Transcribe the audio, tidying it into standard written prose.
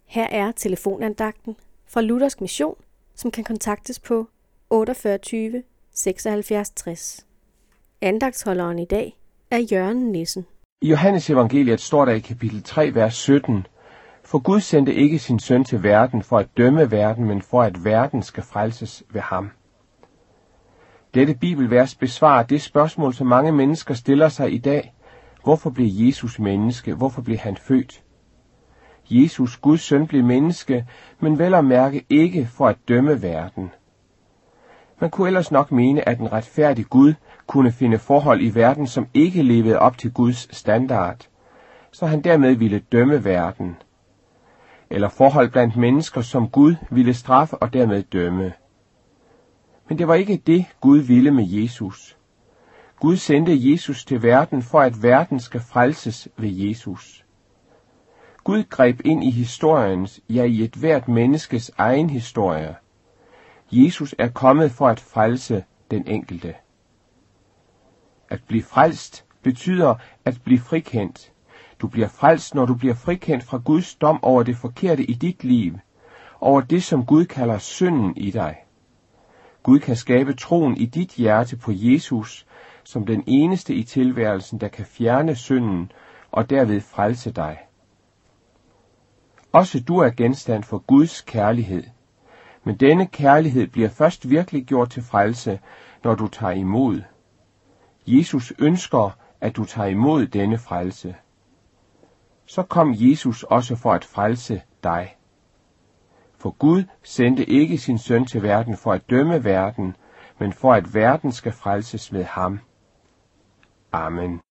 Her er telefonandagten fra Luthersk Mission, som kan kontaktes på 48 76 60. Andagtsholderen i dag er Jørgen Nissen. I Johannes evangeliet står der i kapitel 3, vers 17, For Gud sendte ikke sin søn til verden for at dømme verden, men for at verden skal frelses ved ham. Dette bibelvers besvarer det spørgsmål, som mange mennesker stiller sig i dag. Hvorfor blev Jesus menneske? Hvorfor blev han født? Jesus, Guds søn, blev menneske, men vel at mærke ikke for at dømme verden. Man kunne ellers nok mene, at en retfærdig Gud kunne finde forhold i verden, som ikke levede op til Guds standard, så han dermed ville dømme verden. Eller forhold blandt mennesker, som Gud ville straffe og dermed dømme. Men det var ikke det, Gud ville med Jesus. Gud sendte Jesus til verden, for at verden skal frelses ved Jesus. Gud greb ind i historiens, ja i et hvert menneskes egen historie. Jesus er kommet for at frelse den enkelte. At blive frelst betyder at blive frikendt. Du bliver frelst, når du bliver frikendt fra Guds dom over det forkerte i dit liv, over det, som Gud kalder synden i dig. Gud kan skabe troen i dit hjerte på Jesus, som den eneste i tilværelsen, der kan fjerne synden og derved frelse dig. Også du er genstand for Guds kærlighed, men denne kærlighed bliver først virkelig gjort til frelse, når du tager imod. Jesus ønsker, at du tager imod denne frelse. Så kom Jesus også for at frelse dig. For Gud sendte ikke sin søn til verden for at dømme verden, men for at verden skal frelses ved ham. Amen.